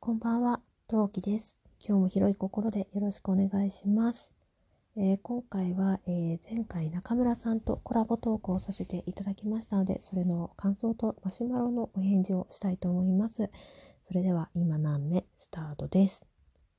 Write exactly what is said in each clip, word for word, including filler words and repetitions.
こんばんは、陶器です。今日も広い心でよろしくお願いします。えー今回は、えー前回中村さんとコラボトークをさせていただきましたので、それの感想とマシュマロのお返事をしたいと思います。それでは今何目スタートです。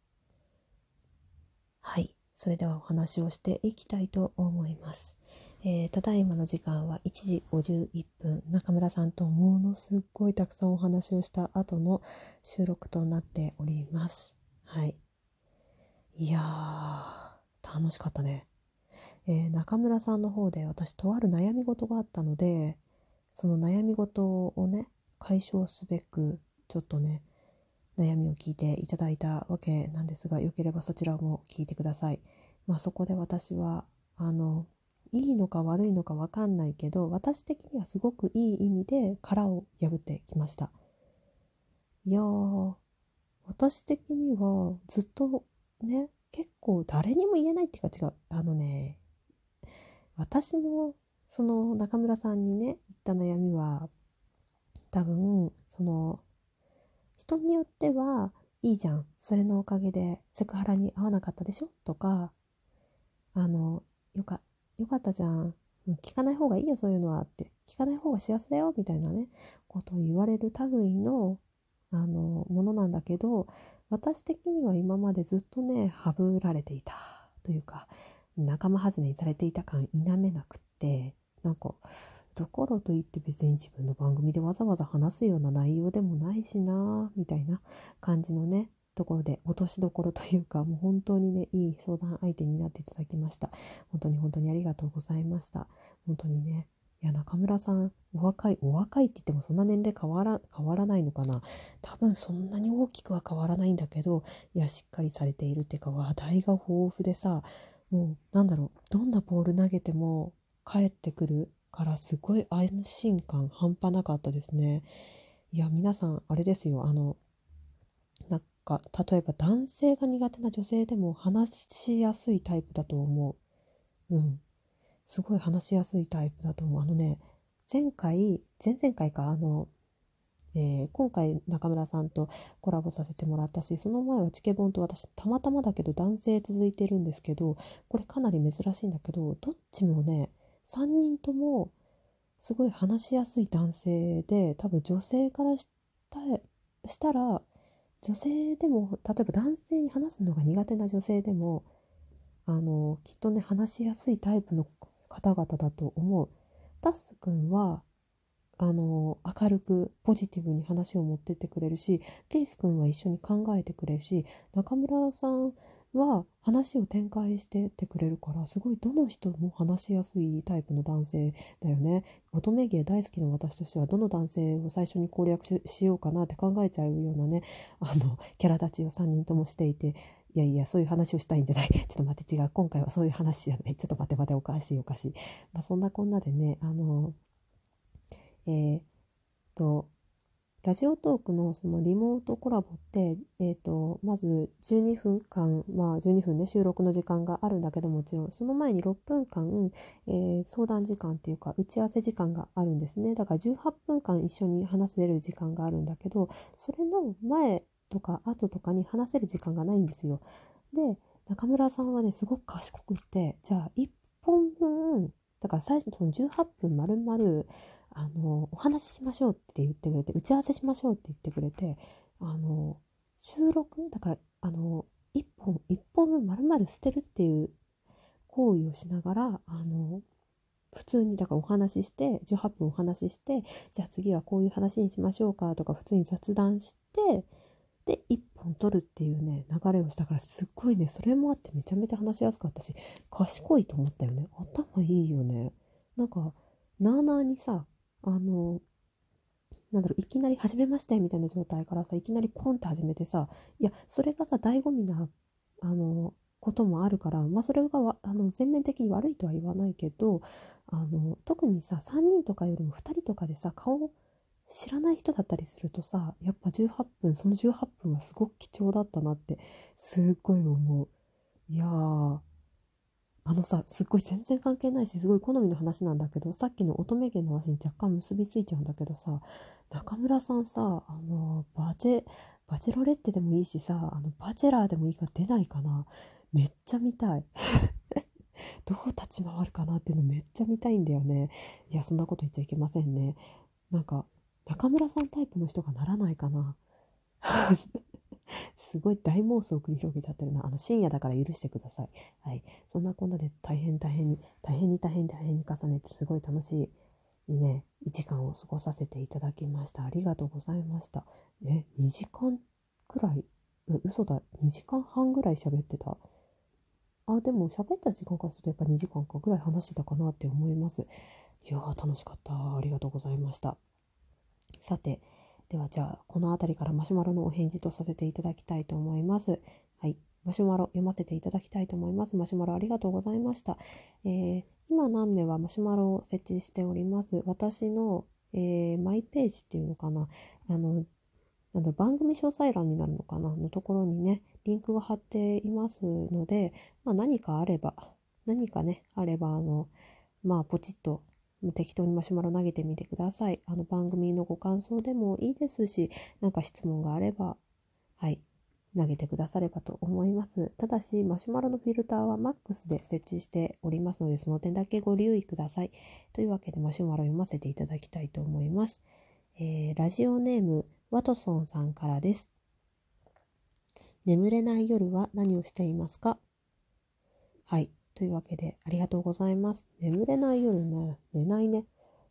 はい、それではお話をしていきたいと思います。えーただいまの時間はいちじごじゅういっぷん、中村さんとものすっごいたくさんお話をした後の収録となっております。はい。いやー、楽しかったね。えー中村さんの方で私とある悩み事があったので、その悩み事をね、解消すべく、ちょっとね、悩みを聞いていただいたわけなんですが、よければそちらも聞いてください。まあそこで私は、あの、いいのか悪いのかわかんないけど、私的にはすごくいい意味で殻を破ってきました。いやー、私的にはずっとね、結構誰にも言えないっていうか違う。あのね、私のその中村さんにね、言った悩みは、多分、その人によっては、いいじゃん。それのおかげでセクハラに合わなかったでしょとか、あの、よか、よかったじゃん。聞かない方がいいよ、そういうのはって。聞かない方が幸せだよ、みたいなね、ことを言われる類の、あの、ものなんだけど、私的には今までずっとね、はぶられていたというか、仲間外れにされていた感否めなくって、なんか、だからといって別に自分の番組でわざわざ話すような内容でもないしな、みたいな感じのね、ところで落としどころというか、もう本当にね、いい相談相手になっていただきました。本当に本当にありがとうございました。本当にね、いや、中村さん、お若い、お若いって言ってもそんな年齢変わら、変わらないのかな。多分そんなに大きくは変わらないんだけど、いや、しっかりされているっていうか、話題が豊富でさ、もう、なんだろう、どんなボール投げても帰ってくるからすごい安心感半端なかったですね。いや、皆さん、あれですよ、あの、なんか、例えば男性が苦手な女性でも話しやすいタイプだと思う。うん。すごい話しやすいタイプだと思う。あのね、前回、前々回か、あの、えー今回中村さんとコラボさせてもらったし、その前はチケボンと私、たまたまだけど男性続いてるんですけど、これかなり珍しいんだけど、どっちもね、さんにんともすごい話しやすい男性で、多分女性からした、したら、女性でも、例えば男性に話すのが苦手な女性でも、あの、きっとね、話しやすいタイプの方々だと思う。タッスくんは、あの、明るくポジティブに話を持ってってくれるし、ケイス君は一緒に考えてくれるし、中村さんは話を展開してってくれるから、すごいどの人も話しやすいタイプの男性だよね。乙女芸大好きな私としては、どの男性を最初に攻略し、しようかなって考えちゃうようなね、あの、キャラ立ちをさんにんともしていて、いやいや、そういう話をしたいんじゃない。ちょっと待って、違う。今回はそういう話じゃない。ちょっと待って待って、おかしいおかしい。まあ、そんなこんなでね、あの、えーと、ラジオトークのそのリモートコラボって、えーと、まずじゅうにふんかん、まあじゅうにふんね、収録の時間があるんだけどもちろん、その前にろっぷんかん、えー相談時間っていうか、打ち合わせ時間があるんですね。だからじゅうはっぷんかん一緒に話せる時間があるんだけど、それの前とか後とかに話せる時間がないんですよ。で、中村さんはね、すごく賢くって、じゃあいっぽんぶん、だから最初そのじゅうはっぷん丸々、あの、お話ししましょうって言ってくれて、打ち合わせしましょうって言ってくれて、あの、収録だから、あの、一本、一本分丸々捨てるっていう行為をしながら、あの、普通に、だからお話しして、じゅうはっぷんお話しして、じゃあ次はこういう話にしましょうかとか、普通に雑談して、で、一本取るっていうね、流れをしたから、すっごいね、それもあってめちゃめちゃ話しやすかったし、賢いと思ったよね。頭いいよね。なんか、なあなあにさ、あの、なんだろう、いきなり始めましてみたいな状態からさ、いきなりポンって始めてさ、いや、それがさ、醍醐味な、あの、こともあるから、まあ、それがわあの全面的に悪いとは言わないけど、あの、特にさ、さんにんとかよりもふたりとかでさ、顔知らない人だったりするとさ、やっぱじゅうはっぷん、そのじゅうはっぷんはすごく貴重だったなって、すっごい思う。いやー、あのさ、すっごい全然関係ないし、すごい好みの話なんだけど、さっきの乙女芸の話に若干結びついちゃうんだけどさ、中村さんさ、あの、バチェ、 バチェロレッテでもいいしさ、あのバチェラーでもいいから出ないかな。めっちゃ見たい。どう立ち回るかなっていうのめっちゃ見たいんだよね。いや、そんなこと言っちゃいけませんね。なんか、中村さんタイプの人がならないかな。すごい大妄想を繰り広げちゃってるな。あの、深夜だから許してください。はい。そんなこんなで大変大変に、大変に大変に大変に重ねて、すごい楽しいね、いちじかんを過ごさせていただきました。ありがとうございました。え、にじかんくらい、え、嘘だ。にじかんはんぐらい喋ってた。あ、でも喋った時間からするとやっぱにじかんかぐらい話してたかなって思います。いやー楽しかった。ありがとうございました。さて、ではじゃあこの辺りからマシュマロのお返事とさせていただきたいと思います。はい。マシュマロ読ませていただきたいと思います。マシュマロありがとうございました。えー、今何名はマシュマロを設置しております。私の、えー、マイページっていうのかな。あの、なんだ番組詳細欄になるのかなのところにね、リンクが貼っていますので、まあ、何かあれば、何かね、あれば、あの、まあ、ポチッと適当にマシュマロ投げてみてください。あの、番組のご感想でもいいですし、なんか質問があれば、はい、投げてくださればと思います。ただし、マシュマロのフィルターはマックスで設置しておりますので、その点だけご留意ください。というわけで、マシュマロ読ませていただきたいと思います。えー、ラジオネーム、ワトソンさんからです。眠れない夜は何をしていますか？はい。というわけで、ありがとうございます。眠れない夜ね、寝ないね。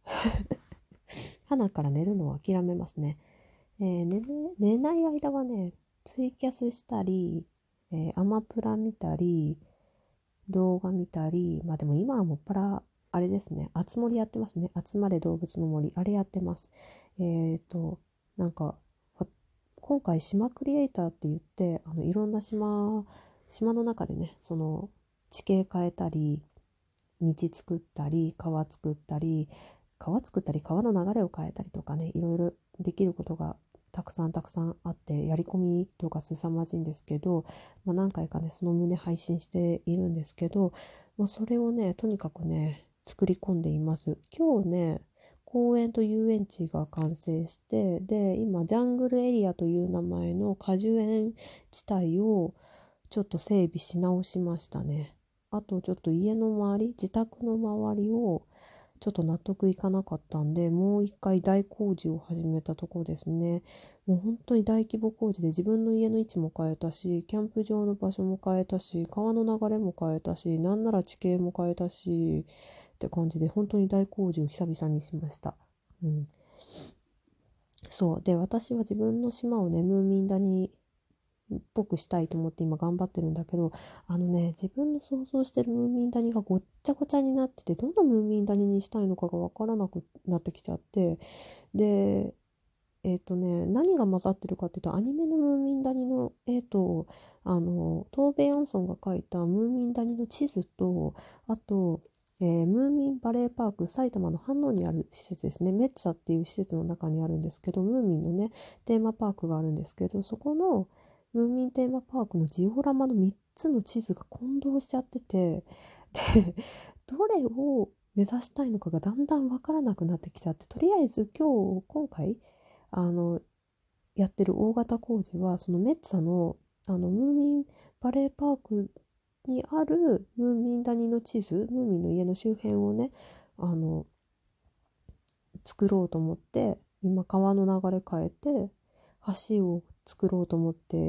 鼻から寝るのを諦めますね。えー、寝ね、寝ない間はね、ツイキャスしたり、えーアマプラ見たり、動画見たり、まあでも今はもっぱら、あれですね、あつ森やってますね。集まれ動物の森、あれやってます。えっと、なんか、今回島クリエイターって言って、あのいろんな島、島の中でね、その地形変えたり、道作ったり、川作ったり、川作ったり、川の流れを変えたりとかね、いろいろできることがたくさんたくさんあって、やり込みとか凄まじいんですけど、まあ、何回かね、その旨配信しているんですけど、まあ、それをね、とにかくね、作り込んでいます。今日ね、公園と遊園地が完成して、で、今、ジャングルエリアという名前の果樹園地帯をちょっと整備し直しましたね。あとちょっと家の周り、自宅の周りをちょっと納得いかなかったんで、もう一回大工事を始めたところですね。もう本当に大規模工事で自分の家の位置も変えたし、キャンプ場の場所も変えたし、川の流れも変えたし、なんなら地形も変えたし、って感じで本当に大工事を久々にしました。うん。そう。で、私は自分の島をね、ムーミン谷っぽくしたいと思って今頑張ってるんだけど、あのね、自分の想像してるムーミン谷がごっちゃごちゃになってて、どのムーミン谷にしたいのかがわからなくなってきちゃって、で、えっとね、何が混ざってるかっていうと、アニメのムーミン谷の絵と、あの、トーベ・ヤンソンが描いたムーミン谷の地図と、あと、えームーミンバレーパーク、埼玉の飯能にある施設ですね。メッツァっていう施設の中にあるんですけど、ムーミンのね、テーマパークがあるんですけど、そこのムーミンテーマパークのジオラマのみっつの地図が混同しちゃってて、で、どれを目指したいのかがだんだんわからなくなってきちゃって、とりあえず今日、今回、あの、やってる大型工事は、そのメッツァの、あの、ムーミンバレーパークにあるムーミン谷の地図、ムーミンの家の周辺をね、あの、作ろうと思って、今川の流れ変えて、橋を作ろうと思って、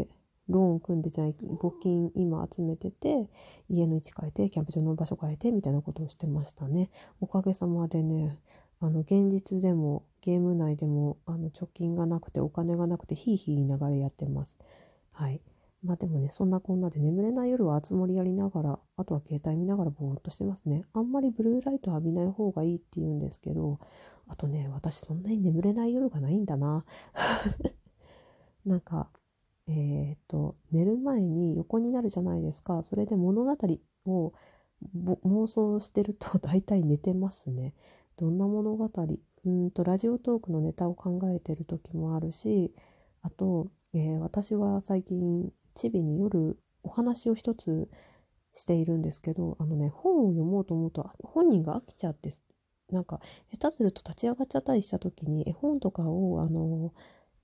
ローン組んでじゃない、募金今集めてて、家の位置変えて、キャンプ場の場所変えて、みたいなことをしてましたね。おかげさまでね、あの、現実でも、ゲーム内でも、あの、貯金がなくて、お金がなくて、ひいひい言いながらやってます。はい。まあでもね、そんなこんなで眠れない夜はあつ森やりながら、あとは携帯見ながらぼーっとしてますね。あんまりブルーライト浴びない方がいいって言うんですけど、あとね、私そんなに眠れない夜がないんだな。なんか、えーっと、寝る前に横になるじゃないですか。それで物語をぼ妄想してると大体寝てますね。どんな物語うーんと、ラジオトークのネタを考えてる時もあるし、あと、えー私は最近、チビに夜お話を一つしているんですけど、あのね、本を読もうと思うと、本人が飽きちゃって、なんか、下手すると立ち上がっちゃったりした時に、絵本とかを、あの、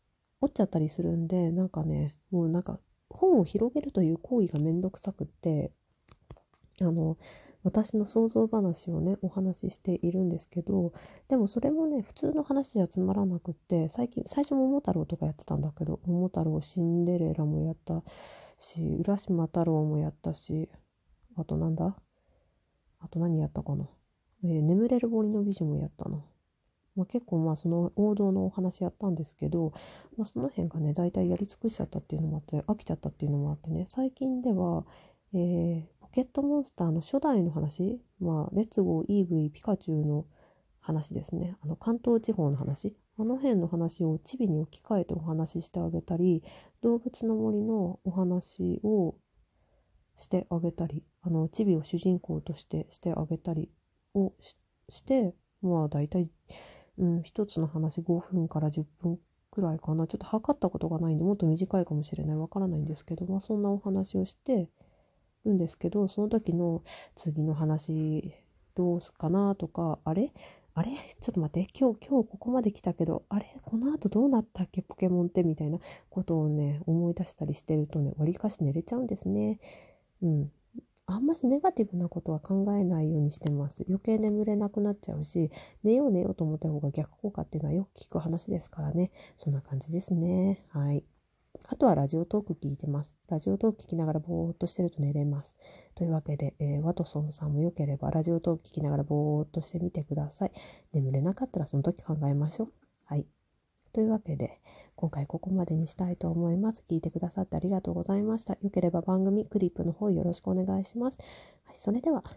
折っちゃったりするんで、なんかね、もうなんか本を広げるという行為がめんどくさくって、あの、私の想像話をね、お話ししているんですけど、でもそれもね、普通の話じゃつまらなくって、最近、最初桃太郎とかやってたんだけど、桃太郎、シンデレラもやったし、浦島太郎もやったし、あとなんだあと何やったかな。えー眠れる森の美女もやったな。まあ、結構まあその王道のお話やったんですけど、まあ、その辺がね大体やり尽くしちゃったっていうのもあって飽きちゃったっていうのもあってね、最近では、えーポケットモンスターの初代の話、まあ、レッツゴーイーブイピカチュウの話ですね、あの関東地方の話、あの辺の話をチビに置き換えてお話ししてあげたり、動物の森のお話をしてあげたり、あのチビを主人公としてしてあげたりをし、してまあ大体、うん、一つの話ごふんからじゅっぷんくらいかな。ちょっと測ったことがないんでもっと短いかもしれない。わからないんですけど、まあそんなお話をしてるんですけど、その時の次の話どうすっかなとか、あれあれちょっと待って、今日、今日ここまで来たけど、あれこの後どうなったっけポケモンってみたいなことをね、思い出したりしてるとね、わりかし寝れちゃうんですね。うん。あんましネガティブなことは考えないようにしてます。余計眠れなくなっちゃうし、寝よう寝ようと思った方が逆効果っていうのはよく聞く話ですからね。そんな感じですね。はい。あとはラジオトーク聞いてます。ラジオトーク聞きながらぼーっとしてると寝れます。というわけで、えーワトソンさんもよければラジオトーク聞きながらぼーっとしてみてください。眠れなかったらその時考えましょう。はい。というわけで、今回ここまでにしたいと思います。聞いてくださってありがとうございました。よければ番組クリップの方よろしくお願いします。はい、それでは、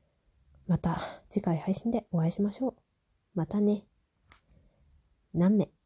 また次回配信でお会いしましょう。またね。何名